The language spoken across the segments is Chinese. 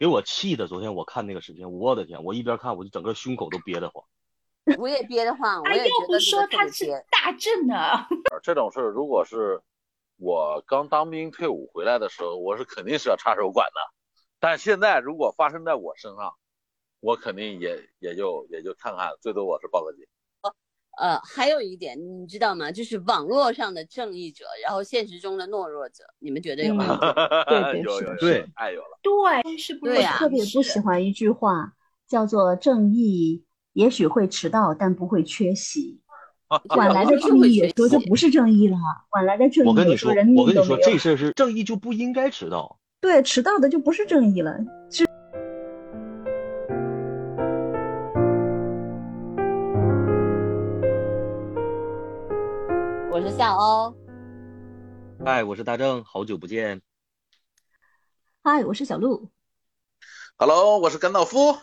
给我气的。昨天我看那个视频，我的天，我一边看我就整个胸口都憋得慌。 我也憋得慌，我哎， 也觉要不得这个特说他是别憋。 大正呢。 这种事如果是我刚当兵退伍回来的时候，我是肯定是要插手管的。但现在如果发生在我身上，我肯定也就看看，最多我是报个警。 还有一点你知道吗？就是网络上的正义者，然后现实中的懦弱者，你们觉得有吗？ 对有是的对， 太有了。 对，是不是？ 对呀特别不喜欢一句话，叫做正义也许会迟到，但不会缺席。晚来的正义有时候就不是正义了，晚来的正义有时候人命都没有。 这事是正义就不应该迟到。 对，迟到的就不是正义了。 我是夏欧。 嗨，我是大正，好久不见。 嗨，我是小鹿。 Hello， 我是甘道夫。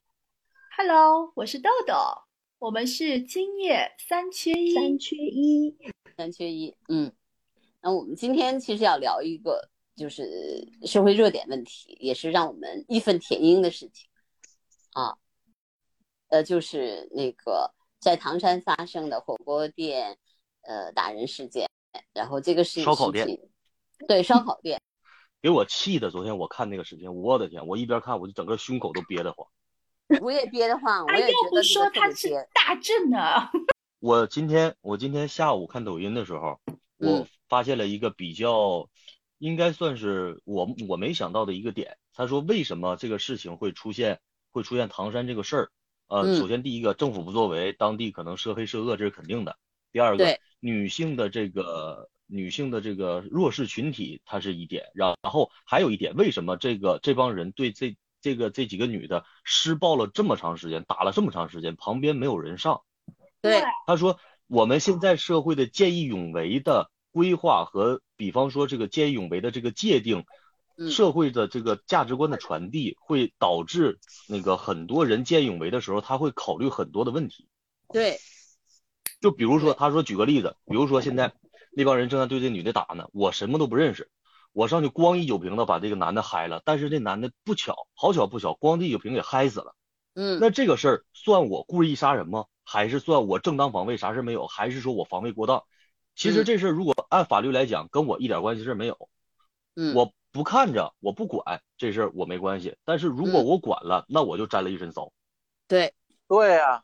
Hello， 我是豆豆。我们是今夜三缺一。 三缺一。那我们今天其实要聊一个就是社会热点问题，也是让我们义愤填膺的事情啊。就是那个在唐山发生的火锅店打人事件，然后这个是烧烤店。 对，烧烤店。 给我气的，昨天我看那个视频，我的天，我一边看我就整个胸口都憋得慌。 我也憋得慌，我也要不说他是大正呢。 我今天下午看抖音的时候，我发现了一个比较应该算是我没想到的一个点。他说为什么这个事情会出现唐山这个事儿？首先第一个，政府不作为，当地可能涉黑涉恶，这是肯定的。第二个，女性的这个弱势群体，它是一点。然后还有一点，为什么这帮人对这几个女的施暴了这么长时间，打了这么长时间，旁边没有人上？ 对， 他说我们现在社会的见义勇为的规划和比方说这个见义勇为的这个界定，社会的这个价值观的传递，会导致那个很多人见义勇为的时候，他会考虑很多的问题。 对， 就比如说他说举个例子，比如说现在那帮人正在对这女的打呢，我什么都不认识，我上去咣一酒瓶子把这个男的嗨了，但是这男的好巧不巧，咣这一酒瓶给嗨死了。那这个事儿算我故意杀人吗？还是算我正当防卫，啥事没有？还是说我防卫过当？其实这事如果按法律来讲，跟我一点关系是没有。我不看着，我不管这事我没关系。但是如果我管了，那我就沾了一身骚。 对呀。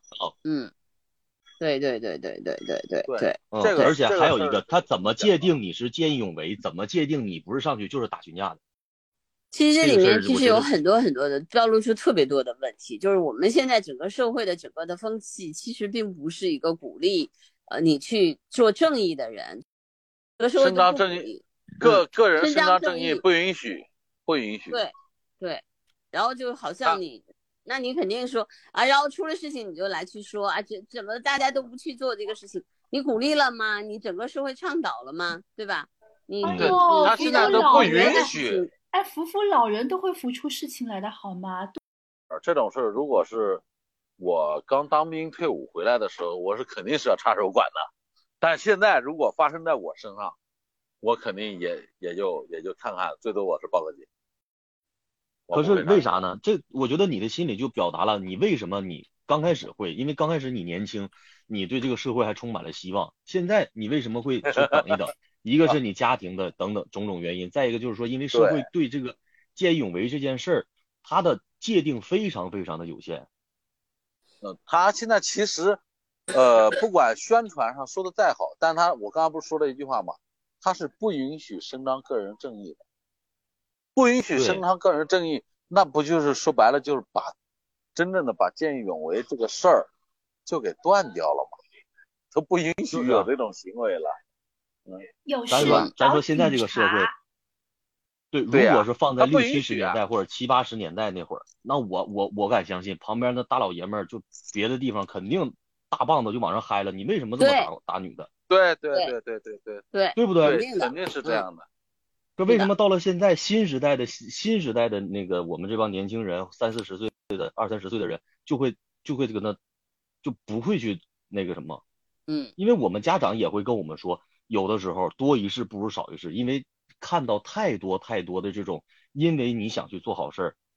对。 而且还有一个，他怎么界定你是见义勇为？怎么界定你不是上去就是打群架的？ 其实这里面其实有很多很多的暴露出特别多的问题，就是我们现在整个社会的整个的风气，其实并不是一个鼓励你去做正义的人， 伸张正义，个人伸张正义不允许。 对，然后就好像那你肯定说啊，然后出了事情你就来去说啊，怎么大家都不去做这个事情？你鼓励了吗？你整个社会倡导了吗？对吧？ 他现在都不允许。 扶扶老人都会扶出事情来的好吗？ 这种事如果是我刚当兵退伍回来的时候，我是肯定是要插手管的。但现在如果发生在我身上，我肯定也就看看，最多我是报个警。 可是为啥呢？我觉得你的心里就表达了你为什么你刚开始会，因为刚开始你年轻，你对这个社会还充满了希望。现在你为什么会去等一等？一个是你家庭的等等种种原因，再一个就是说，因为社会对这个见义勇为这件事儿，它的界定非常非常的有限。 他现在其实不管宣传上说的再好，但我刚刚不是说了一句话吗？他是不允许伸张个人正义的。不允许伸张个人正义，那不就是说白了就是真正的把见义勇为这个事儿就给断掉了吗？都不允许有这种行为了。 咱说现在这个社会，如果是放在60、70年代或者70、80年代那会儿，那我敢相信旁边的大老爷们儿就别的地方肯定大棒子就往上嗨了，你为什么这么打女的？ 对不对？ 肯定是这样的。 这为什么到了现在新时代的那个我们这帮年轻人30、40岁的20、30岁的人就会这个呢，就不会去那个什么？因为我们家长也会跟我们说，有的时候多一事不如少一事，因为看到太多的这种因为你想去做好事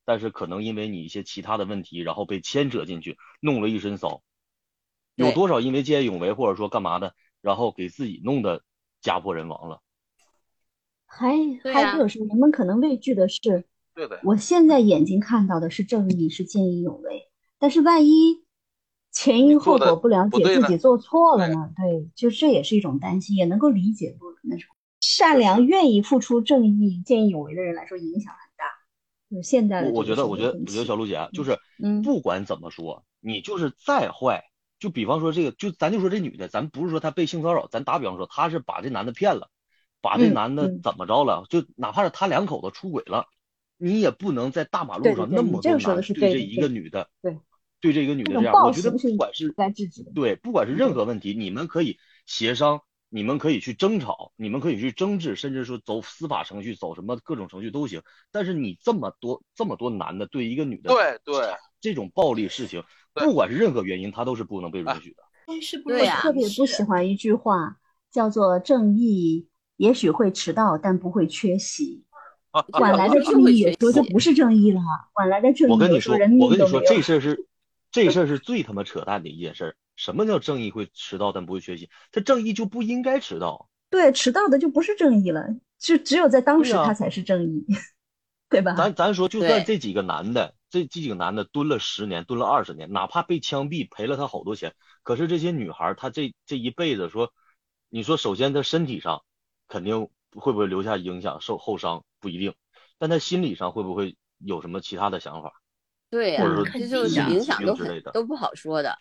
但是可能因为你一些其他的问题，然后被牵扯进去，弄了一身骚。有多少因为见义勇为或者说干嘛的，然后给自己弄得家破人亡了？ 还有时候人们可能畏惧的是， 对的， 我现在眼睛看到的是正义，是见义勇为，但是万一前因后果不了解，自己做错了呢？对，就这也是一种担心，也能够理解那种善良、愿意付出正义、见义勇为的人来说，影响很大。就是现在的我觉得小璐姐就是，不管怎么说，你就是再坏，就比方说这个，咱就说这女的，咱不是说她被性骚扰，咱打比方说她是把这男的骗了，把这男的怎么着了，就哪怕是他2口子出轨了，你也不能在大马路上那么多男对这一个女的，对这个女的这样，我觉得不管是不管是任何问题，你们可以协商，你们可以去争吵，你们可以去争执，甚至说走司法程序，走什么各种程序都行。但是你这么多男的对一个女的， 对这种暴力事情，不管是任何原因，他都是不能被允许的。 我特别不喜欢一句话，叫做正义也许会迟到，但不会缺席。晚来的正义有时候就不是正义了，晚来的正义我跟你说，这事儿是最他妈扯淡的一件事。什么叫正义会迟到但不会缺席？这正义就不应该迟到。 对，迟到的就不是正义了，就只有在当时他才是正义，对吧？ 咱说，就算这几个男的蹲了10年，蹲了20年，哪怕被枪毙赔了他好多钱，可是这些女孩她这一辈子说，你说首先她身体上肯定会不会留下影响后伤不一定，但她心理上会不会有什么其他的想法？ 对呀，这就是影响都不好说的。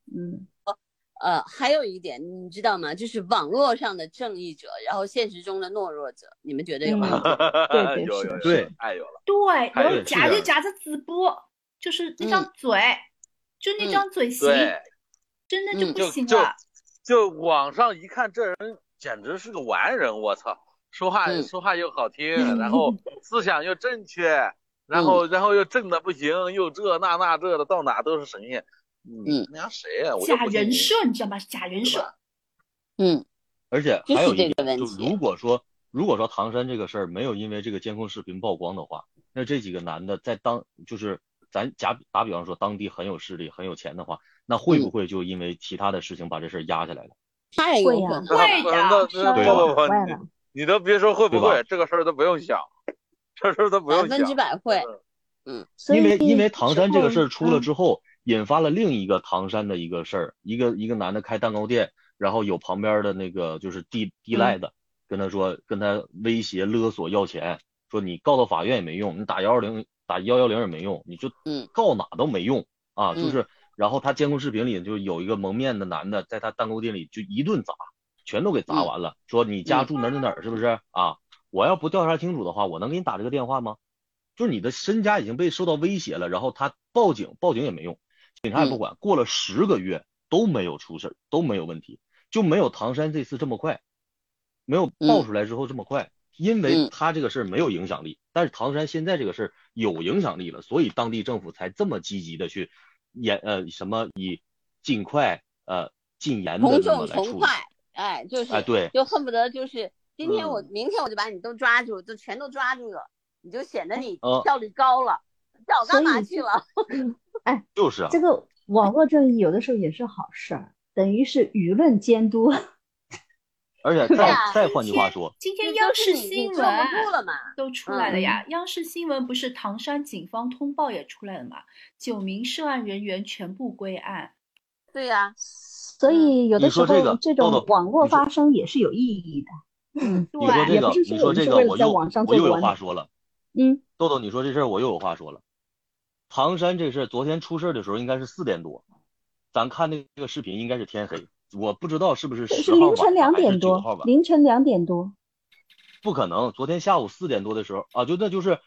还有一点你知道吗？就是网络上的正义者，然后现实中的懦弱者，你们觉得有吗？ 对， 太有了。 对，然后夹着嘴播，就是那张嘴，就那张嘴型，真的就不行了。 就网上一看，这人简直是个完人，我操！说话又好听，然后思想又正确，然后又正的不行，又这那这的，到哪都是神仙。那家谁呀？ 假人设，你知道吗？假人设。 而且还有一点，就如果说唐山这个事儿没有因为这个监控视频曝光的话，那这几个男的就是咱打比方说当地很有势力、很有钱的话，那会不会就因为其他的事情把这事儿压下来了？ 太有可能会的， 对，你都别说会不会，这个事儿都不用想，这事儿都不用想 ，100%会。 因为唐山这个事儿出了之后，引发了另一个唐山的一个事儿，一个男的开蛋糕店，然后有旁边的那个就是地赖的跟他说，跟他威胁勒索要钱，说你告到法院也没用，你打110也没用，你就告哪都没用啊，就是然后他监控视频里就有一个蒙面的男的在他蛋糕店里就一顿砸，全都给砸完了，说你家住哪儿是不是啊？我要不调查清楚的话，我能给你打这个电话吗？就是你的身家已经被受到威胁了，然后他报警也没用，警察也不管，过了10个月都没有出事，都没有问题，就没有唐山这次这么快，没有爆出来之后这么快，因为他这个事儿没有影响力，但是唐山现在这个事儿有影响力了，所以当地政府才这么积极的去以尽快禁严的这么来处理，就是对， 就恨不得就是明天我就把你都抓住，就全都抓住了。你就显得你效率高了，叫干嘛去了？ 就是啊， 这个网络正义有的时候也是好事儿，等于是舆论监督。 而且再换句话说， 今天央视新闻都出来了呀，央视新闻不是唐山警方通报也出来了嘛，9名涉案人员全部归案。 对呀， 所以有的时候这种网络发声也是有意义的。 你说这个，我又有话说了。豆豆，你说这事儿我又有话说了。唐山这事儿昨天出事的时候应该是4点多，咱看那个视频应该是天黑，我不知道是不是10号晚还是9号晚。 凌晨2点多。 不可能，昨天下午4点多的时候啊，那就是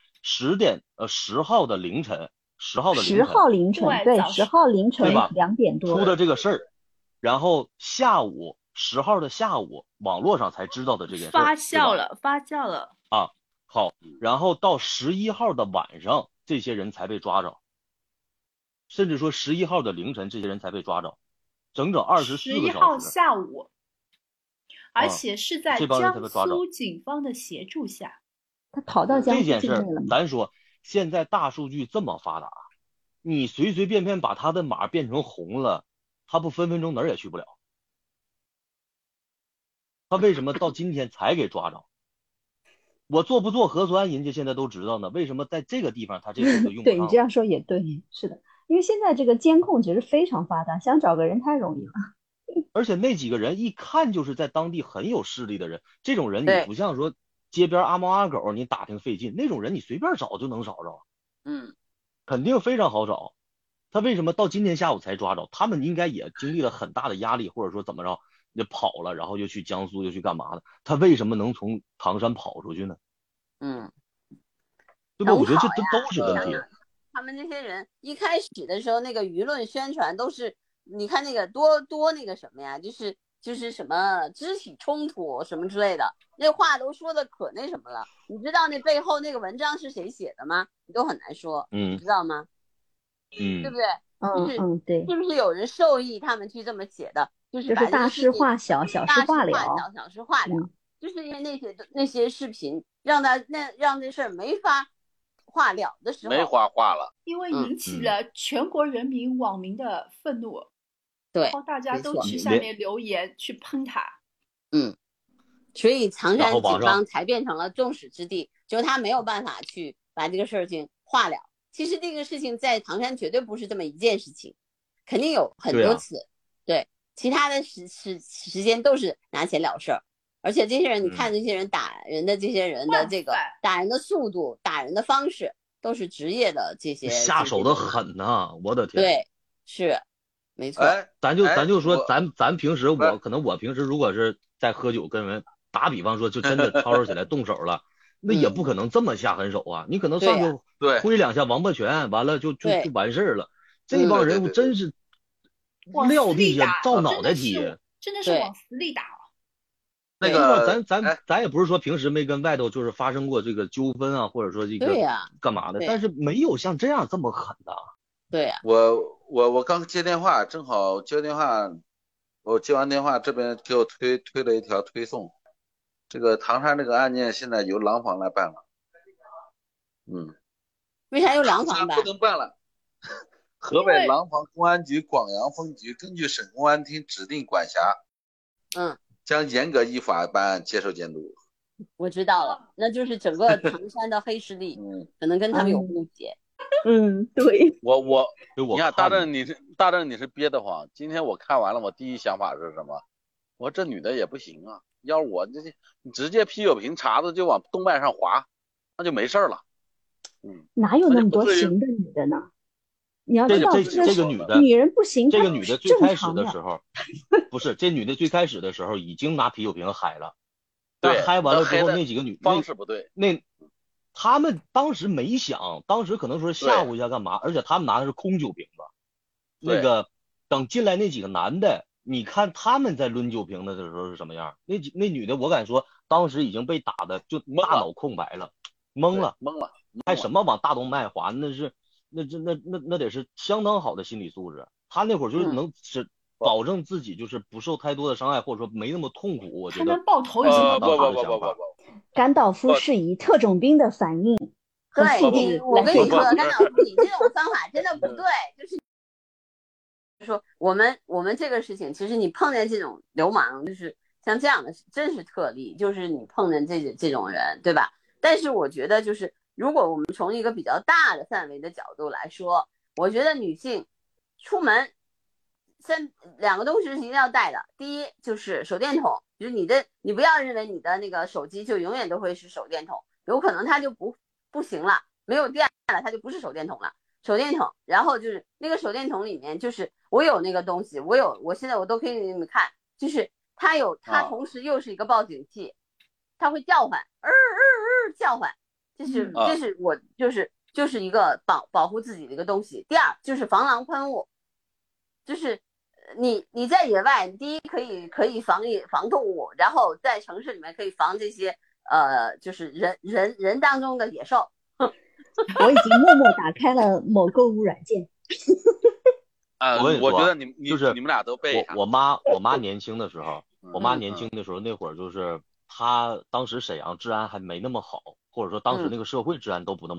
10号的凌晨，10号凌晨， 对，10号凌晨对吧 2点多出的这个事儿，然后10号的下午网络上才知道的这件事， 发酵了啊。好，然后到11号的晚上，这些人才被抓着，甚至说11号的凌晨，这些人才被抓着，整整24个小时。 11号下午，而且是在江苏警方的协助下， 他跑到江苏这件事咱说， 现在大数据这么发达，你随随便便把他的码变成红了，他不分分钟哪儿也去不了。他为什么到今天才给抓着？我做不做核酸，人家现在都知道呢。为什么在这个地方他这事就用不上？ 对，你这样说也对，是的，因为现在这个监控其实非常发达，想找个人太容易了。 而且那几个人一看就是在当地很有势力的人，这种人你对不像说街边阿猫阿狗你打听费劲，那种人你随便找就能找着，肯定非常好找。他为什么到今天下午才抓着？他们应该也经历了很大的压力，或者说怎么着，也跑了，然后又去江苏又去干嘛的？他为什么能从唐山跑出去呢？对吧？我觉得这都是问题。 他们这些人一开始的时候，那个舆论宣传都是，你看那个多那个什么呀，就是什么肢体冲突什么之类的，那话都说的可那什么了。你知道那背后那个文章是谁写的吗？你都很难说，你知道吗？对不对？ 对， 是不是有人授意他们去这么写的？就是把大事化小，小事化了， 小事化了，就是因为那些视频让这事儿没法化了的时候， 没法化了， 因为引起了全国人民网民的愤怒， 对， 然后大家都去下面留言去喷他， 所以唐山警方才变成了众矢之的，就是他没有办法去把这个事情化了。其实这个事情在唐山绝对不是这么一件事情，肯定有很多次，对，其他的时间都是拿钱了事儿，而且这些人，你看这些人打人的这些人的这个打人的速度、打人的方式，都是职业的这些下手的狠呐！我的天， 对，是没错。 咱就说咱平时可能我平时如果是在喝酒跟人打比方说就真的吵吵起来动手了。那也不可能这么下狠手啊！你可能上去挥两下王八拳，完了就完事儿了。这帮人物真是撂地下照脑袋踢， 真的是往死里打。 那个咱也不是说平时没跟外头就是发生过这个纠纷啊，或者说这个干嘛的，但是没有像这样这么狠的。 对呀， 我刚接电话，正好接电话，我接完电话这边给我推了一条推送。这个唐山这个案件现在由廊坊来办了， 为啥由廊坊办？ 不能办了。河北廊坊公安局广阳分局根据省公安厅指定管辖，将严格依法办案，接受监督。 我知道了，那就是整个唐山的黑势力，可能跟他们有误解。 对。 你看大正你是憋得慌。今天我看完了，我第一想法是什么？我说这女的也不行啊。要是我你直接啤酒瓶碴子就往动脉上划，那就没事了。 哪有那么多行的女的呢？你要知道这个女的女人不行， 这个女的最开始的时候不是这女的最开始的时候已经拿啤酒瓶嗨了，但嗨完了之后那几个女方式不对， 他们当时没想，当时可能说吓唬一下干嘛，而且他们拿的是空酒瓶子，那个等进来那几个男的。你看他们在抡酒瓶的时候是什么样？那女的，我敢说，当时已经被打的就大脑空白了，懵了，还什么往大动脉划？那得是相当好的心理素质。他那会儿就是能是保证自己就是不受太多的伤害，或者说没那么痛苦。我觉得他能爆头已经很不， 甘道夫是以特种兵的反应和素质我跟你说，甘道夫，你这种方法真的不对，就是说我们这个事情，其实你碰见这种流氓，就是像这样的，真是特例，就是你碰见这种人，对吧？但是我觉得，就是如果我们从一个比较大的范围的角度来说，我觉得女性出门两个东西是一定要带的。第一就是手电筒，就是你不要认为你的那个手机就永远都会是手电筒，有可能它就不行了，没有电了，它就不是手电筒了。手电筒，然后就是那个手电筒里面，就是我有那个东西，我现在我都可以给你们看，就是它同时又是一个报警器，它会叫唤，叫唤，这是我就是一个保护自己的一个东西。第二就是防狼喷雾，就是你在野外，第一可以防动物，然后在城市里面可以防这些就是人当中的野兽。 我已经默默打开了某购物软件。 我觉得你就是你们俩都背一下。 我妈年轻的时候，那会儿就是她当时沈阳治安还没那么好，或者说当时那个社会治安都不那么好。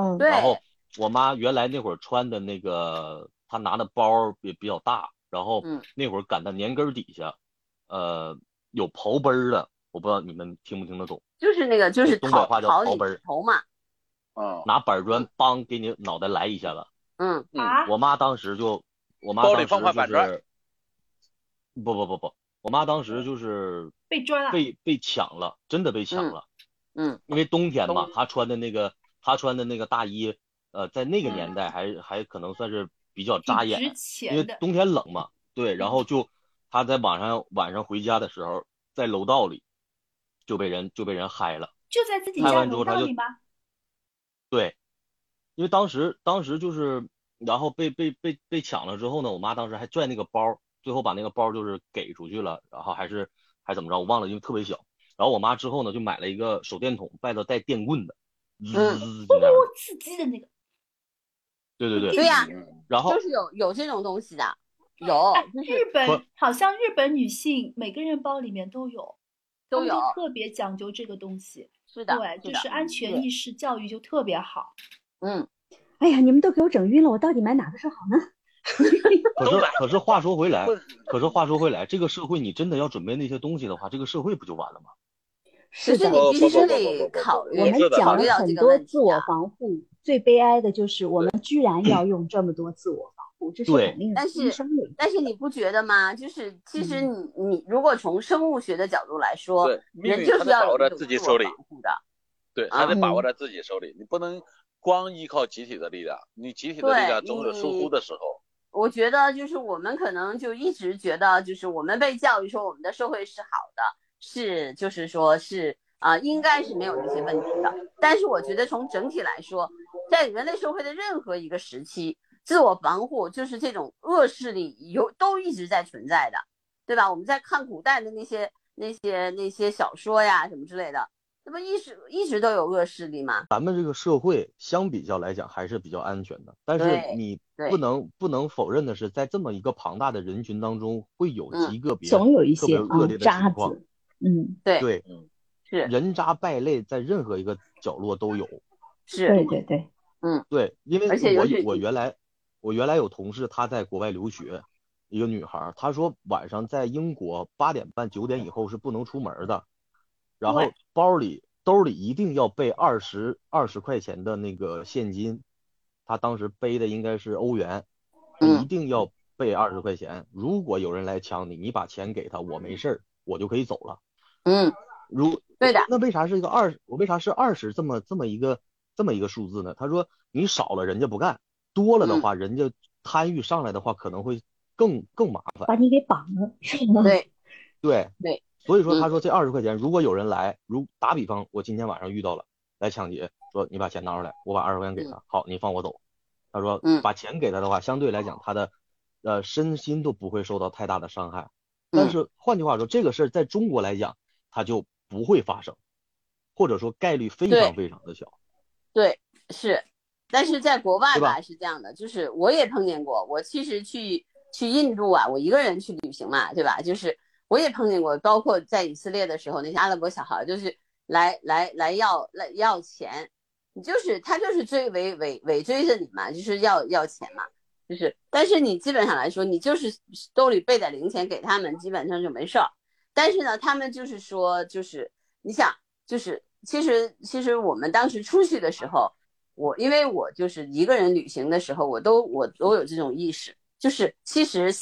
对。 然后我妈原来那会儿穿的那个，她拿的包也比较大，然后那会儿赶到年根底下，有刨奔儿的，我不知道你们听不听得懂， 就是那个就是东北话叫刨奔儿， 头嘛， 拿板砖梆给你脑袋来一下子。我妈当时就是包里放块板砖。 不，我妈当时就是被抓了， 被抢了，真的被抢了。因为冬天嘛，她穿的那个大衣，在那个年代还可能算是比较扎眼，因为冬天冷嘛。对，然后她在晚上回家的时候，在楼道里就被人嗨了， 就在自己家楼道里吗？ 对，因为当时就是，然后被抢了之后呢，我妈当时还拽那个包，最后把那个包就是给出去了，然后还怎么着，我忘了，因为特别小。然后我妈之后呢，就买了一个手电筒，外头带电棍的， 刺激的那个。 对呀， 然后就是有这种东西的，有。 日本好像日本女性每个人包里面都有，特别讲究这个东西。 是的， 对，就是安全意识教育就特别好。 哎呀，你们都给我整晕了，我到底买哪个是好呢？ 可是话说回来，这个社会你真的要准备那些东西的话，这个社会不就完了吗？ 是的， 你必须得考虑。 我们讲了很多自我防护，最悲哀的就是我们居然要用这么多自我防护，这是很令人心伤的。 但是你不觉得吗？就是其实你如果从生物学的角度来说，人就是要有自己手里的。 对，还得把握在自己手里，你不能光依靠集体的力量，你集体的力量总有疏忽的时候。 我觉得就是我们可能就一直觉得，就是我们被教育说我们的社会是好的，就是说是应该是没有这些问题的。但是我觉得从整体来说，在人类社会的任何一个时期，自我防护就是这种恶势力都一直在存在的，对吧？我们在看古代的那些小说呀什么之类的，那么一直都有恶势力嘛。 咱们这个社会相比较来讲还是比较安全的，但是你不能否认的是，在这么一个庞大的人群当中，会有极个别总有一些恶劣的情况。 对，是人渣败类在任何一个角落都有。 是， 对， 对，因为我原来有同事，他在国外留学，一个女孩，她说晚上在英国8点半9点以后是不能出门的，然后兜里一定要备20块钱的那个现金，她当时背的应该是欧元，一定要备20块钱。如果有人来抢你，你把钱给他，我没事，我就可以走了。 对的。 那为啥是一个我为啥是20这么一个数字呢？他说你少了人家不干，多了的话，人家贪欲上来的话，可能会更麻烦， 把你给绑了，是吗？ 对。 所以说他说这20块钱，如果有人来，打比方，我今天晚上遇到了来抢劫，说你把钱拿出来，我把20块钱给他，好，你放我走。他说把钱给他的话，相对来讲他的身心都不会受到太大的伤害。但是换句话说，这个事儿在中国来讲，它就不会发生，或者说概率非常非常的小。 对，是，但是在国外吧是这样的，就是我也碰见过，我其实去印度啊，我一个人去旅行嘛，对吧？就是我也碰见过，包括在以色列的时候，那些阿拉伯小孩就是来要钱，他就是尾追着你嘛，就是要钱嘛，就是，但是你基本上来说，你就是兜里备点零钱给他们，基本上就没事儿。但是呢，他们就是说，就是你想，就是其实我们当时出去的时候，因为我就是一个人旅行的时候，我都有这种意识，就是其实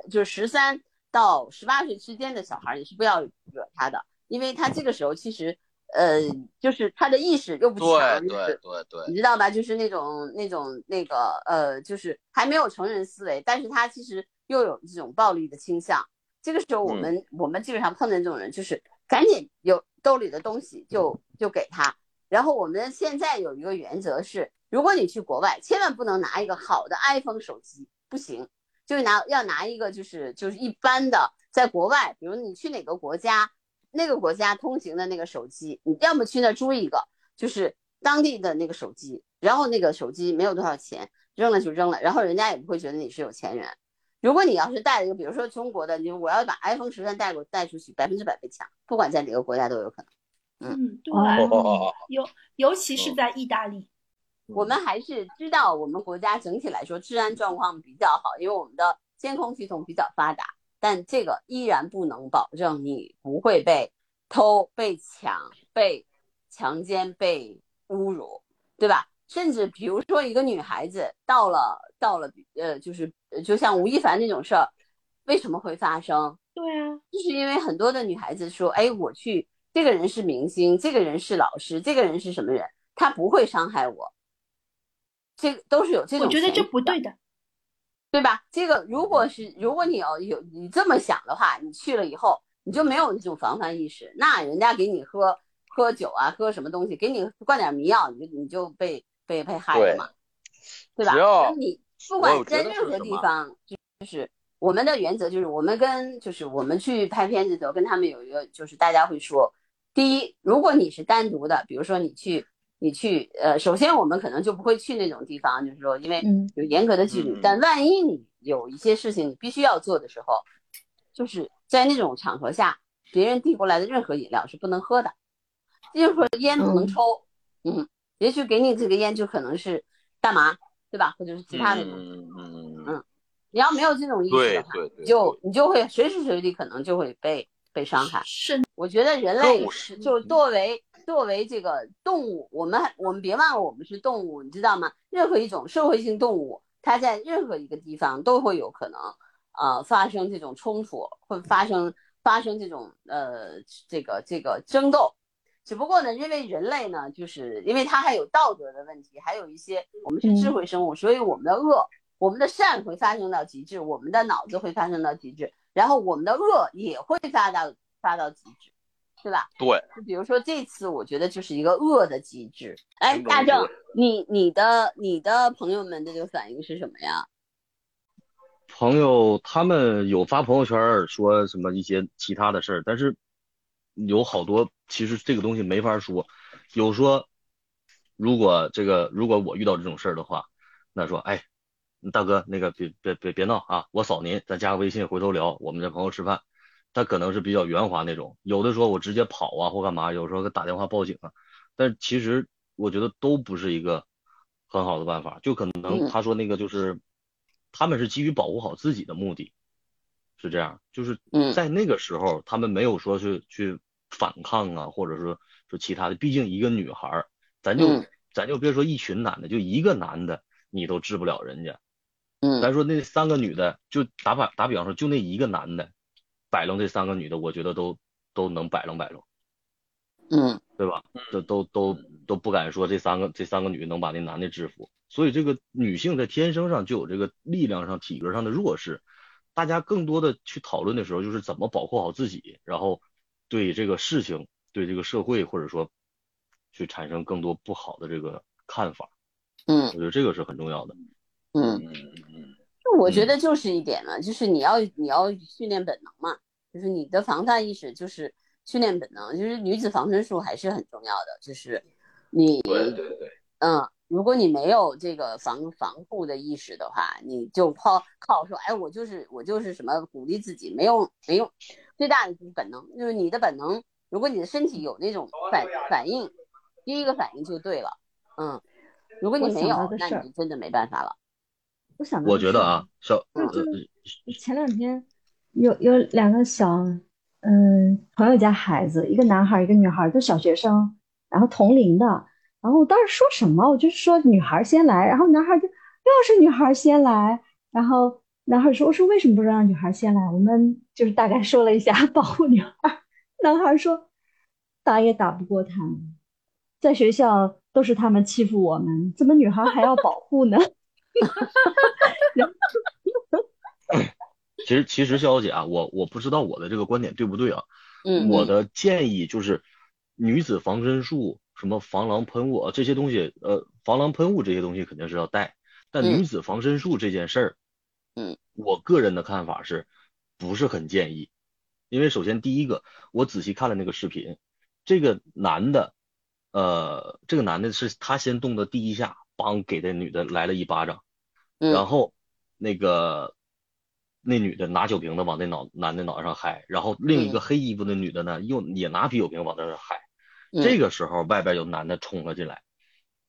13到18岁之间的小孩，你是不要惹他的，因为他这个时候其实就是他的意识又不强， 对， 你知道吧？就是那个就是还没有成人思维，但是他其实又有这种暴力的倾向。这个时候我们基本上碰见这种人，就是赶紧有兜里的东西就给他。然后我们现在有一个原则是，如果你去国外，千万不能拿一个好的 iPhone 手机，不行，就要拿一个就是一般的，在国外，比如你去哪个国家，那个国家通行的那个手机，你要么去那租一个，就是当地的那个手机，然后那个手机没有多少钱，扔了就扔了，然后人家也不会觉得你是有钱人。如果你要是带了一个，比如说中国的，我要把 iPhone 13带出去，100%被抢，不管在哪个国家都有可能。 对，尤其是在意大利。 我们还是知道我们国家整体来说治安状况比较好，因为我们的监控系统比较发达，但这个依然不能保证你不会被偷、被抢、被强奸、被侮辱，对吧？甚至比如说一个女孩子到了就像吴亦凡那种事儿，为什么会发生？ 对啊， 就是因为很多的女孩子说，哎，我去，这个人是明星，这个人是老师，这个人是什么人，他不会伤害我，这个都是有这种。 我觉得这不对的， 对吧？这个如果你你这么想的话，你去了以后，你就没有那种防范意识，那人家给你喝酒啊，喝什么东西，给你灌点迷药，你就被害了嘛，对吧？那你不管在任何地方，就是我们的原则就是我们去拍片子的时候，跟他们有一个就是大家会说，第一，如果你是单独的，比如说你去首先我们可能就不会去那种地方，就是说因为有严格的纪律，但万一你有一些事情你必须要做的时候，就是在那种场合下，别人递过来的任何饮料是不能喝的，任何烟不能抽，也许给你这个烟就可能是大麻，对吧？或者是其他的东西，你要没有这种意识的话，你就会随时随地可能就会被伤害。我觉得人类就作为这个动物，我们别忘了我们是动物，你知道吗？任何一种社会性动物，它在任何一个地方都会有可能发生这种冲突，会发生这种这个争斗。只不过呢，因为人类呢，就是因为它还有道德的问题，还有一些我们是智慧生物，所以我们的恶、我们的善会发生到极致，我们的脑子会发生到极致，然后我们的恶也会发到极致，对吧？ 对。 就比如说这次，我觉得就是一个恶的极致。哎，大正，你的朋友们的这个反应是什么呀？ 朋友他们有发朋友圈说什么一些其他的事儿，但是有好多其实这个东西没法说。有说如果我遇到这种事儿的话，那说哎，大哥那个别闹啊，我扫您，咱加个微信回头聊，我们这朋友吃饭。他可能是比较圆滑那种，有的说我直接跑啊或干嘛，有时候打电话报警啊，但其实我觉得都不是一个很好的办法。就可能他说那个就是他们是基于保护好自己的目的，是这样，就是在那个时候他们没有说是去反抗啊，或者说其他的。毕竟一个女孩，咱就别说一群男的，就一个男的你都治不了人家。咱说那3个女的，就打比方说，就那一个男的摆弄这3个女的，我觉得都能摆弄，对吧？都不敢说这三个女的能把那男的制服。所以这个女性在天生上就有这个力量上、体格上的弱势。大家更多的去讨论的时候，就是怎么保护好自己，然后对这个事情、对这个社会，或者说去产生更多不好的这个看法。我觉得这个是很重要的。 我觉得就是一点嘛，就是你要训练本能嘛，就是你的防范意识就是训练本能，就是女子防身术还是很重要的，就是你对， 如果你没有这个防护的意识的话，你就靠说，哎，我就是什么鼓励自己，没用。最大的就是本能，就是你的本能，如果你的身体有那种反应，第一个反应就对了。如果你没有，那你真的没办法了。 我觉得啊， 前2天有2个小朋友家孩子，一个男孩一个女孩，都小学生，然后同龄的。然后我当时说什么，我就说女孩先来，然后男孩就又是女孩先来，然后男孩说，我说为什么不让女孩先来？我们就是大概说了一下保护女孩。男孩说打也打不过他们，在学校都是他们欺负我们，怎么女孩还要保护呢？ 其实肖姐啊，我不知道我的这个观点对不对啊？我的建议就是女子防身术，什么防狼喷雾这些东西，防狼喷雾这些东西肯定是要带，但女子防身术这件事儿，我个人的看法是不是很建议。因为首先第一个，我仔细看了那个视频，这个男的是他先动的第一下，帮给这女的来了一巴掌，然后那女的拿酒瓶子往那男的脑袋上嗨，然后另一个黑衣服的女的呢，也拿啤酒瓶往那上嗨。这个时候外边有男的冲了进来，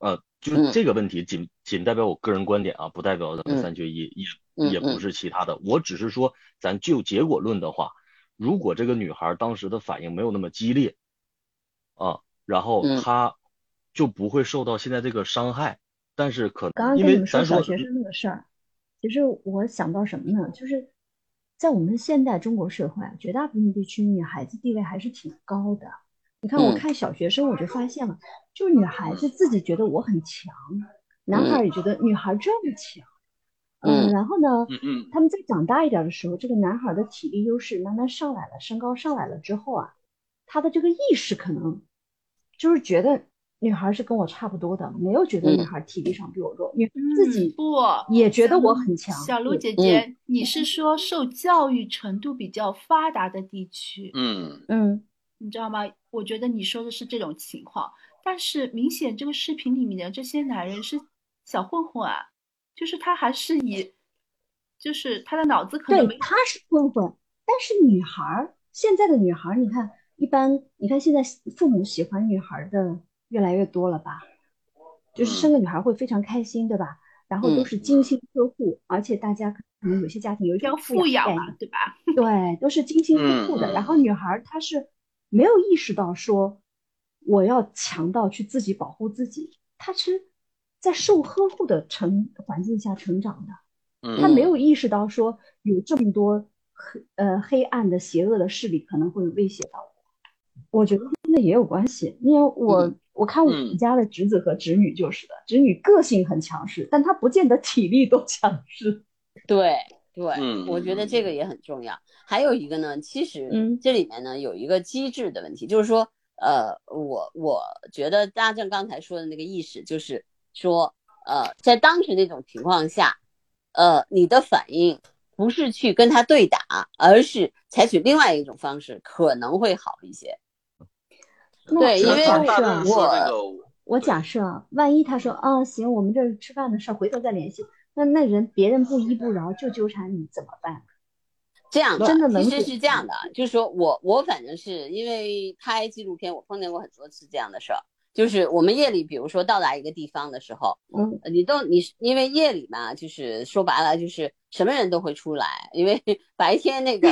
就这个问题仅代表我个人观点啊，不代表咱们三缺一，也不是其他的。我只是说，咱就结果论的话，如果这个女孩当时的反应没有那么激烈啊，然后她就不会受到现在这个伤害。但是可能因为咱说小学生那个事儿，其实我想到什么呢？就是在我们现代中国社会啊，绝大部分地区女孩子地位还是挺高的。你看，我看小学生，我就发现了，就是女孩子自己觉得我很强，男孩也觉得女孩这么强。然后呢，他们再长大一点的时候，这个男孩的体力优势慢慢上来了，身高上来了之后啊，他的这个意识可能就是觉得女孩是跟我差不多的，没有觉得女孩体力上比我弱，女孩自己也觉得我很强。 小卢姐姐，你是说受教育程度比较发达的地区？你知道吗？我觉得你说的是这种情况，但是明显这个视频里面的这些男人是小混混啊，就是他还是就是他的脑子可能对，他是混混，但是女孩，现在的女孩，你看，一般你看现在父母喜欢女孩的越来越多了吧？就是生个女孩会非常开心，对吧？然后都是精心呵护，而且大家可能有些家庭有一种富养嘛，对吧？ 对，都是精心呵护的。然后女孩她是没有意识到说我要强到去自己保护自己，她是在受呵护的环境下成长的，她没有意识到说有这么多黑暗的邪恶的势力可能会威胁到我。我觉得那也有关系，因为我看我们家的侄子和侄女就是的，侄女个性很强势，但她不见得体力都强势。 对，我觉得这个也很重要。还有一个呢，其实这里面呢有一个机制的问题，就是说，我觉得大正刚才说的那个意识，就是说，在当时那种情况下，你的反应不是去跟他对打，而是采取另外一种方式，可能会好一些。对，因为我假设，万一他说行，我们这吃饭的事回头再联系，那别人不依不饶就纠缠你怎么办？ 这样的真的其实是这样的，就是说我反正是因为拍纪录片，我碰见过很多次这样的事儿。就是我们夜里，比如说到达一个地方的时候，因为夜里嘛，就是说白了就是什么人都会出来，因为白天那个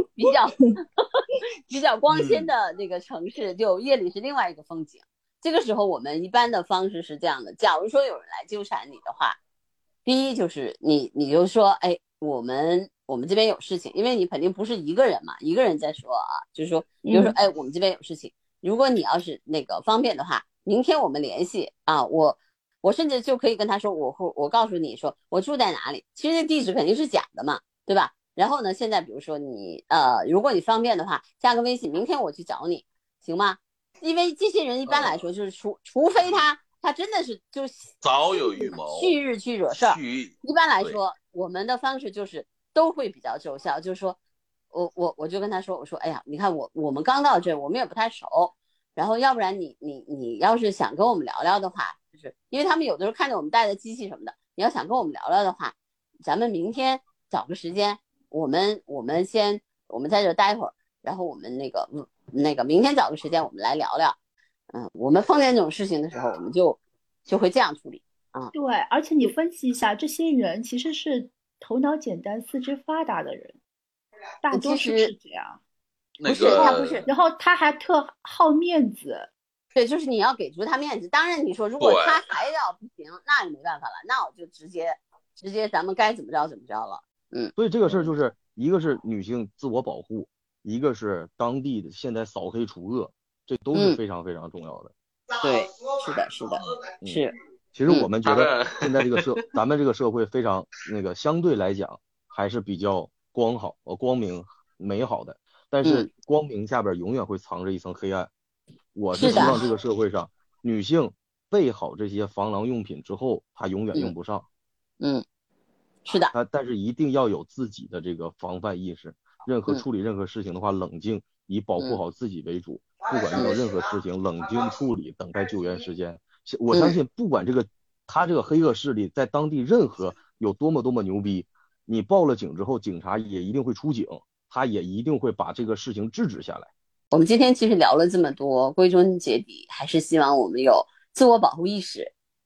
比较光鲜的那个城市，就夜里是另外一个风景。这个时候我们一般的方式是这样的，假如说有人来纠缠你的话，第一就是你就说，哎，我们这边有事情，因为你肯定不是一个人嘛，一个人在说啊，就是说，比如说，哎，我们这边有事情，如果你要是那个方便的话，明天我们联系啊，我甚至就可以跟他说，我告诉你说我住在哪里，其实那地址肯定是假的嘛，对吧？然后呢，现在比如说你如果你方便的话，加个微信，明天我去找你，行吗？因为这些人一般来说就是除非他真的是就早有预谋， 旭日去惹事儿。一般来说，我们的方式就是都会比较奏效，就是说我就跟他说，我说哎呀，你看我们刚到这，我们也不太熟。然后要不然你要是想跟我们聊聊的话，就是因为他们有的时候看着我们带的机器什么的，你要想跟我们聊聊的话，咱们明天找个时间，我们在这待会儿，然后我们那个明天找个时间我们来聊聊。我们碰见这种事情的时候，我们就会这样处理啊。 对，而且你分析一下，这些人其实是头脑简单、四肢发达的人，大多数是这样。 不是他不是， 然后他还特好面子， 对，就是你要给足他面子。当然你说如果他还要不行，那也没办法了，那我就直接咱们该怎么着怎么着了。 所以这个事儿就是一个是女性自我保护，一个是当地的现在扫黑除恶，这都是非常非常重要的。 对，是的，是。 其实我们觉得现在这个咱们这个社会非常相对来讲还是比较光明美好的。但是光明下边永远会藏着一层黑暗。我是希望这个社会上女性备好这些防狼用品之后，她永远用不上。 是的。 但是一定要有自己的这个防范意识，处理任何事情的话，冷静，以保护好自己为主。不管遇到任何事情，冷静处理，等待救援时间。我相信，不管他这个黑恶势力在当地任何有多么牛逼，你报了警之后，警察也一定会出警。他也一定会把这个事情制止下来。 我们今天其实聊了这么多，归根结底还是希望我们有自我保护意识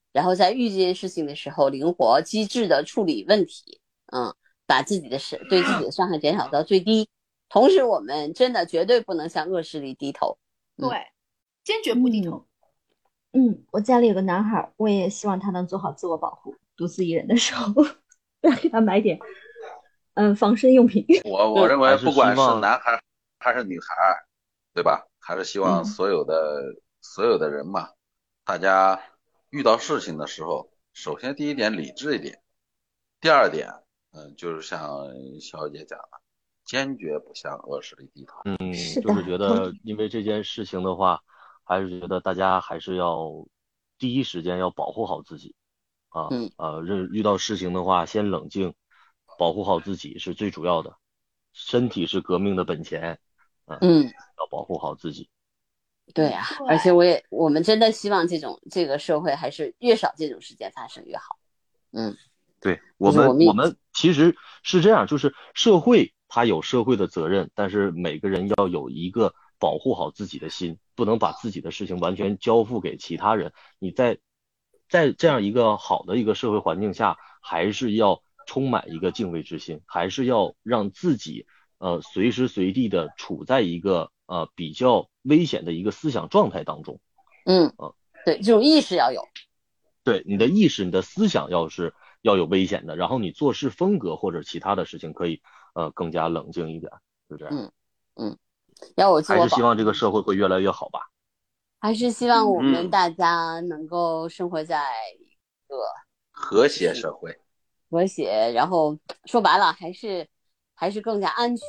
然后在遇见事情的时候灵活机智的处理问题，把自己的对自己的伤害减少到最低。同时我们真的绝对不能向恶势力低头， 对，坚决不低头。 我家里有个男孩，我也希望他能做好自我保护，独自一人的时候要给他买点防身用品。 我认为不管是男孩还是女孩，对吧？还是希望所有的人嘛，大家遇到事情的时候，首先第一点理智一点，第二点就是像小姐讲的，坚决不向恶势力低头。 就是觉得因为这件事情的话，还是觉得大家还是要第一时间要保护好自己遇到事情的话先冷静，保护好自己是最主要的，身体是革命的本钱，要保护好自己。 对啊，而且我们真的希望这个社会还是越少这种事件发生越好。 对，我们其实是这样，就是社会它有社会的责任，但是每个人要有一个保护好自己的心，不能把自己的事情完全交付给其他人。你在这样一个好的一个社会环境下，还是要充满一个敬畏之心，还是要让自己随时随地的处在一个比较危险的一个思想状态当中。 对，这种意识要有。 对，你的意识你的思想要有危险的，然后你做事风格或者其他的事情可以更加冷静一点，是这样。 要我自我保护， 还是希望这个社会会越来越好吧。 还是希望我们大家能够生活在一个和谐社会， 和谐，然后说白了还是更加安全。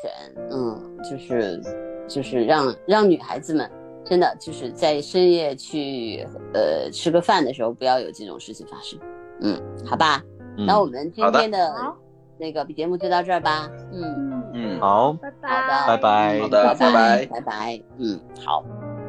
就是让女孩子们真的就是在深夜去吃个饭的时候不要有这种事情发生。好吧，那我们今天的那个节目就到这儿吧。 好， 拜拜， 拜拜， 好的，拜拜， 拜拜，好。